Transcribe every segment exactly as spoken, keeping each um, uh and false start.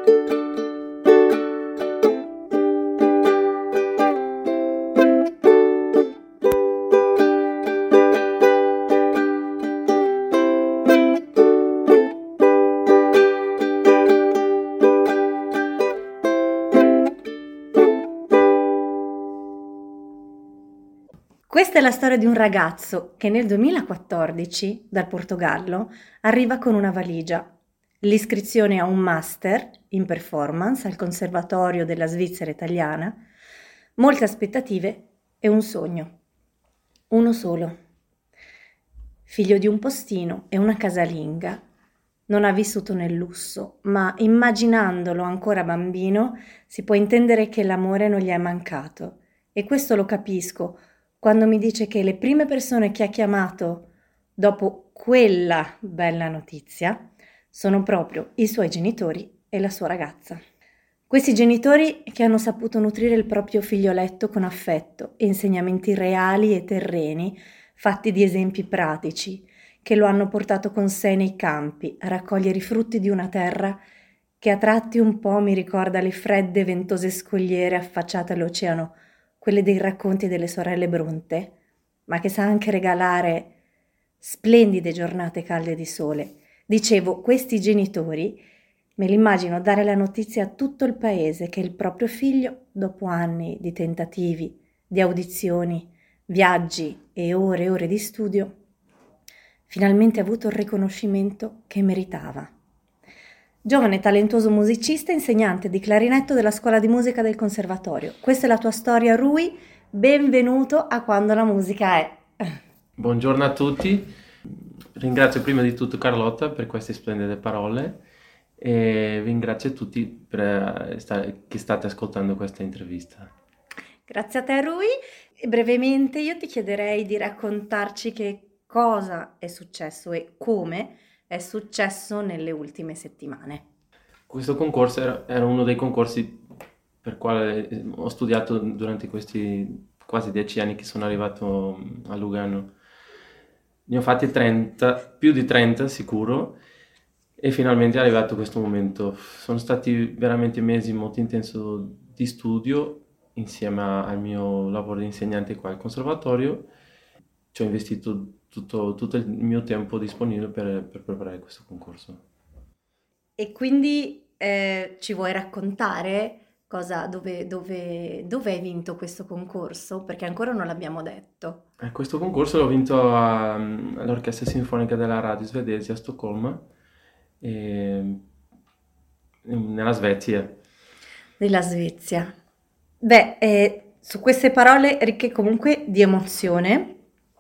Questa è la storia di un ragazzo che nel duemilaquattordici, dal Portogallo, arriva con una valigia, l'iscrizione a un master in performance al Conservatorio della Svizzera Italiana, molte aspettative e un sogno. Uno solo. Figlio di un postino e una casalinga, non ha vissuto nel lusso, ma immaginandolo ancora bambino si può intendere che l'amore non gli è mancato. E questo lo capisco quando mi dice che le prime persone che ha chiamato dopo quella bella notizia sono proprio i suoi genitori e la sua ragazza. Questi genitori che hanno saputo nutrire il proprio figlioletto con affetto e insegnamenti reali e terreni, fatti di esempi pratici, che lo hanno portato con sé nei campi a raccogliere i frutti di una terra che a tratti un po' mi ricorda le fredde ventose scogliere affacciate all'oceano, quelle dei racconti delle sorelle Bronte, ma che sa anche regalare splendide giornate calde di sole. Dicevo, questi genitori me li immagino dare la notizia a tutto il paese che il proprio figlio, dopo anni di tentativi, di audizioni, viaggi e ore e ore di studio, finalmente ha avuto il riconoscimento che meritava. Giovane talentuoso musicista, insegnante di clarinetto della Scuola di Musica del Conservatorio. Questa è la tua storia, Rui. Benvenuto a Quando la musica è. Buongiorno a tutti. Ringrazio prima di tutto Carlotta per queste splendide parole e ringrazio tutti per stare, che state ascoltando questa intervista. Grazie a te, Rui. E brevemente io ti chiederei di raccontarci che cosa è successo e come è successo nelle ultime settimane. Questo concorso era, era uno dei concorsi per quale ho studiato durante questi quasi dieci anni che sono arrivato a Lugano. Ne ho fatti trenta, più di trenta sicuro, e finalmente è arrivato questo momento. Sono stati veramente mesi molto intensi di studio insieme al mio lavoro di insegnante qua al conservatorio. Ci ho investito tutto, tutto il mio tempo disponibile per, per preparare questo concorso. E quindi eh, ci vuoi raccontare cosa, dove, dove, dove hai vinto questo concorso? Perché ancora non l'abbiamo detto. Eh, questo concorso l'ho vinto a- all'Orchestra Sinfonica della Radio svedese a Stoccolma, e- nella Svezia. Della Svezia. Beh, eh, su queste parole ricche comunque di emozione,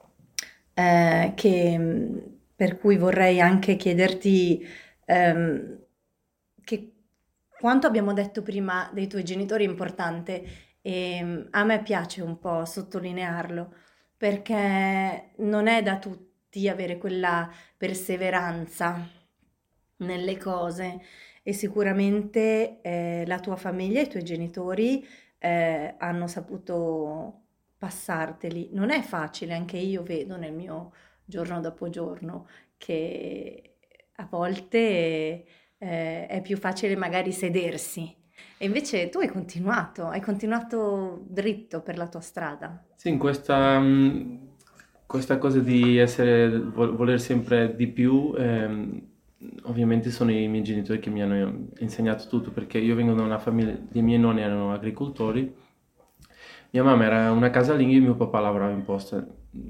eh, che, per cui vorrei anche chiederti ehm, che quanto abbiamo detto prima dei tuoi genitori è importante e mm, a me piace un po' sottolinearlo perché non è da tutti avere quella perseveranza nelle cose e sicuramente eh, la tua famiglia e i tuoi genitori eh, hanno saputo passarteli. Non è facile, anche io vedo nel mio giorno dopo giorno che a volte eh, è più facile magari sedersi. E invece tu hai continuato, hai continuato dritto per la tua strada. Sì, in questa, mh, questa cosa di essere, vo- voler sempre di più, ehm, ovviamente sono i miei genitori che mi hanno insegnato tutto, perché io vengo da una famiglia, i miei nonni erano agricoltori, mia mamma era una casalinga e mio papà lavorava in posta.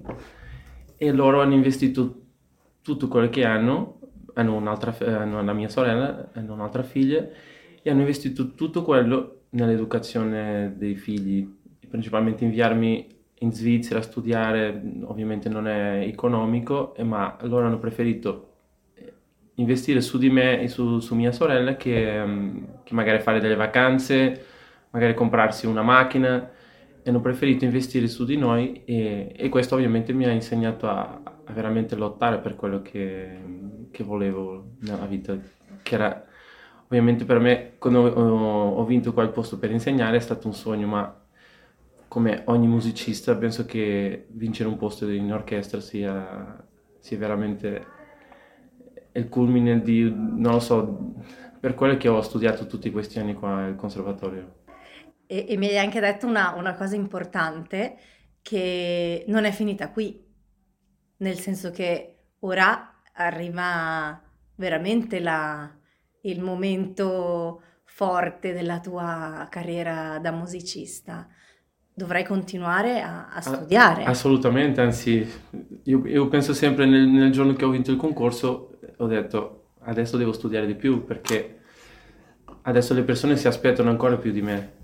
E loro hanno investito tutto quello che hanno, hanno un'altra, fi- hanno la mia sorella, hanno un'altra figlia, e hanno investito tutto quello nell'educazione dei figli, principalmente inviarmi in Svizzera a studiare, ovviamente non è economico, eh, ma loro hanno preferito eh, investire su di me e su, su mia sorella che, mm, che magari fare delle vacanze, magari comprarsi una macchina, e hanno preferito investire su di noi, e, e questo ovviamente mi ha insegnato a, a veramente lottare per quello che, che volevo nella vita, che era ovviamente per me, quando ho, ho vinto quel posto per insegnare, è stato un sogno, ma come ogni musicista penso che vincere un posto in orchestra sia, sia veramente il culmine di, non lo so, Per quello che ho studiato tutti questi anni qua al conservatorio. E, e mi hai anche detto una, una cosa importante, che non è finita qui, nel senso che ora arriva veramente la- il momento forte della tua carriera da musicista. Dovrai continuare a, a A- studiare. Assolutamente, anzi, io, io penso sempre nel, nel giorno che ho vinto il concorso, ho detto adesso devo studiare di più perché adesso le persone si aspettano ancora più di me.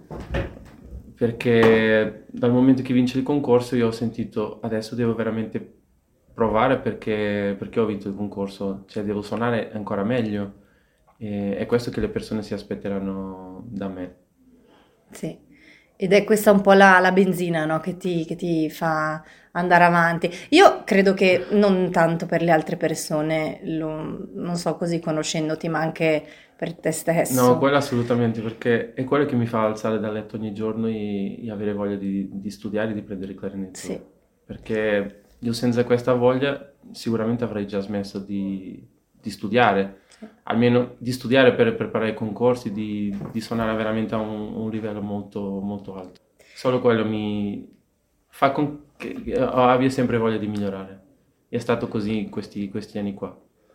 Perché dal momento che vince il concorso io ho sentito adesso devo veramente provare perché, perché ho vinto il concorso, cioè devo suonare ancora meglio e è questo che le persone si aspetteranno da me. Sì, ed è questa un po' la, la benzina, no, che ti, che ti fa andare avanti. Io credo che non tanto per le altre persone, lo- non so così conoscendoti, ma anche per te No, stesso. quello assolutamente, perché è quello che mi fa alzare dal letto ogni giorno e, e avere voglia di, di studiare e di prendere il Sì, clarinetto. Perché io senza questa voglia sicuramente avrei già smesso di, di studiare, sì. almeno di studiare per preparare i concorsi, di, di suonare veramente a un, un livello molto, molto alto. Solo quello mi fa con che che abbia sempre voglia di migliorare. È stato così questi, questi anni qua.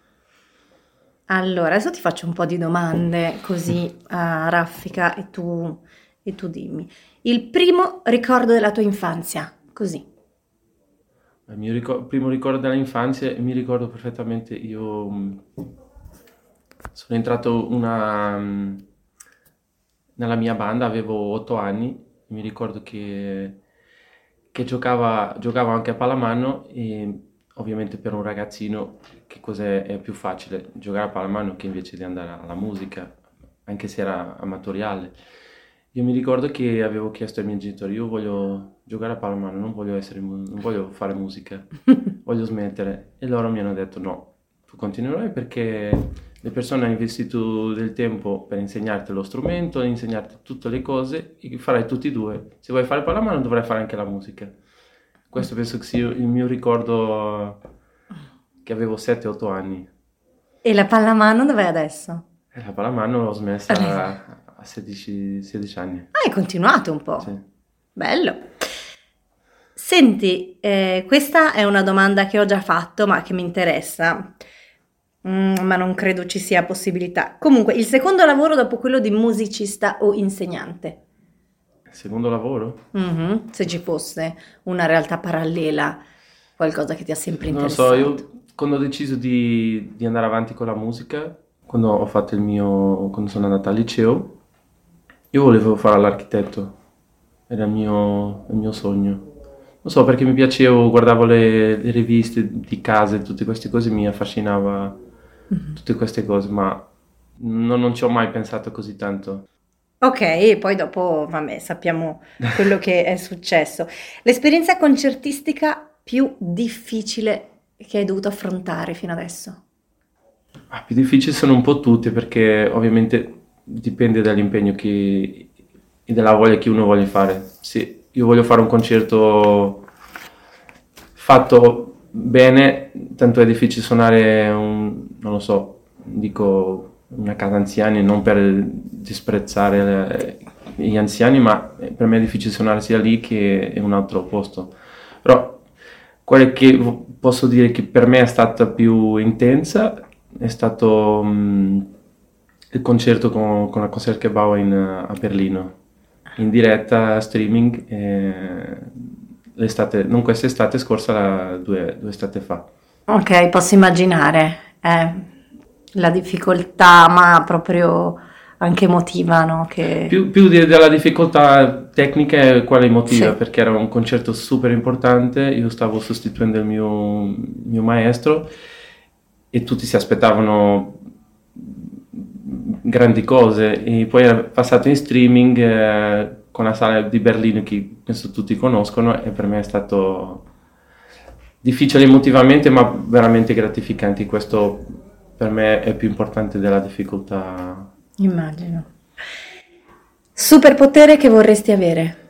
Allora, adesso ti faccio un po' di domande così a raffica e tu, e tu dimmi. Il primo ricordo della tua infanzia, così. Il mio ricor- primo ricordo dell'infanzia, mi ricordo perfettamente, io mh, sono entrato una, mh, nella mia banda, avevo otto anni, mi ricordo che, che giocava, giocavo anche a pallamano e ovviamente per un ragazzino che cos'è è più facile giocare a pallamano che invece di andare alla musica, anche se era amatoriale. Io mi ricordo che avevo chiesto ai miei genitori, io voglio giocare a pallamano, non voglio essere, mu- non voglio fare musica, voglio smettere. E loro mi hanno detto no, tu continuerai perché le persone hanno investito del tempo per insegnarti lo strumento, insegnarti tutte le cose e farai tutti e due. Se vuoi fare pallamano dovrai fare anche la musica. Questo penso che sia il mio ricordo che avevo sette otto anni. E la pallamano dov'è adesso? E la pallamano l'ho Adesso. smessa a sedici, sedici anni. Ah, hai continuato un Sì. po'. Bello. Senti, eh, questa è una domanda che ho già fatto, ma che mi interessa. Mm, ma non credo ci sia possibilità. Comunque, il secondo lavoro dopo quello di musicista o insegnante. Secondo lavoro? Mhm, se ci fosse una realtà parallela, qualcosa che ti ha sempre Non lo so, interessato. io quando ho deciso di, di andare avanti con la musica, quando ho fatto il mio, quando sono andato al liceo, io volevo fare l'architetto, era il mio, il mio sogno. Non so, perché mi piacevo, guardavo le, le riviste di case, tutte queste cose, mi affascinava Mhm. tutte queste cose, ma non, non ci ho mai pensato così tanto. Ok, e poi dopo, vabbè, sappiamo quello che è successo. L'esperienza concertistica più difficile che hai dovuto affrontare fino adesso? Ah, più difficili sono un po' tutte perché ovviamente dipende dall'impegno che, e dalla voglia che uno voglia fare. Se io voglio fare un concerto fatto bene, tanto è difficile suonare un, non lo so, dico una casa anziani, non per disprezzare le- gli anziani, ma per me è difficile suonare sia lì che in un altro posto. Però quella che v- posso dire che per me è stata più intensa è stato mm, il concerto con, con la Concertgebouw in, a Berlino, in diretta streaming, eh, l'estate, non quest'estate scorsa, la- due, due estate fa. Ok, posso immaginare, eh, la difficoltà, ma proprio anche emotiva, no? Che... Più, più di- della difficoltà tecnica è quella emotiva, Sì. perché era un concerto super importante, io stavo sostituendo il mio, mio maestro e tutti si aspettavano grandi cose e poi era passato in streaming eh, con la sala di Berlino che penso tutti conoscono e per me è stato difficile emotivamente ma veramente gratificante. Questo per me è più importante della difficoltà. Immagino. Superpotere che vorresti avere?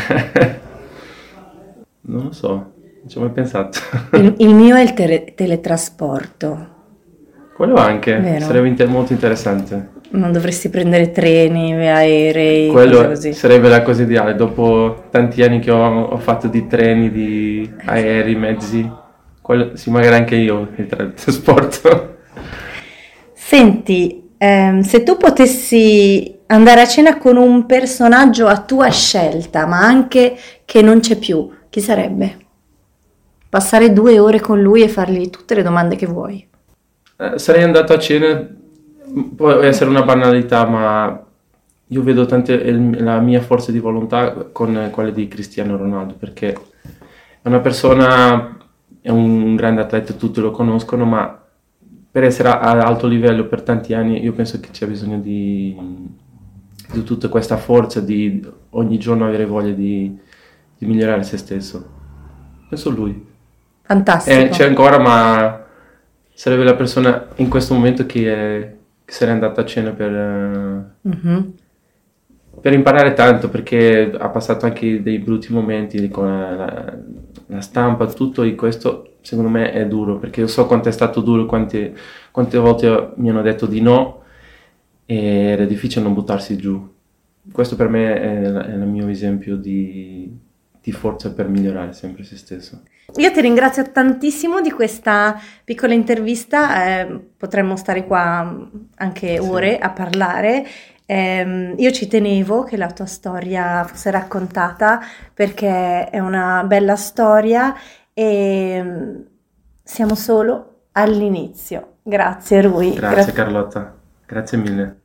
Non lo so, non ci ho mai pensato. Il, il mio è il tele- teletrasporto. Quello anche, Vero? sarebbe inter- molto interessante. Non dovresti prendere treni, aerei, cose Quello così. sarebbe la cosa ideale, dopo tanti anni che ho, ho fatto di treni, di aerei, mezzi, quello, sì, magari anche io il tra- trasporto. Senti, ehm, se tu potessi andare a cena con un personaggio a tua scelta, ma anche che non c'è più, chi sarebbe? Passare due ore con lui e fargli tutte le domande che vuoi. Eh, sarei andato a cena, può essere una banalità, ma io vedo tante, il- la mia forza di volontà con quella di Cristiano Ronaldo, perché è una persona, è un grande atleta, tutti lo conoscono, ma per essere a a alto livello per tanti anni io penso che c'è bisogno di, di tutta questa forza, di ogni giorno avere voglia di, di migliorare se stesso. Penso lui. Eh, Fantastico. c'è ancora, ma sarebbe la persona in questo momento che, è- che sarei andato a cena per, eh, Mhm. per imparare tanto, perché ha passato anche dei brutti momenti con la, la- la stampa, tutto, e questo secondo me è duro, perché io so quanto è stato duro, quante, quante volte mi hanno detto di no e era difficile non buttarsi giù. Questo per me è, la- è il mio esempio di, di forza per migliorare sempre se stesso. Io ti ringrazio tantissimo di questa piccola intervista, eh, potremmo stare qua mm, anche Sì. ore a parlare. Ehm, io ci tenevo che la tua storia fosse raccontata perché è una bella storia e mm, siamo solo all'inizio. Grazie Rui. Grazie Gra- Carlotta, grazie mille.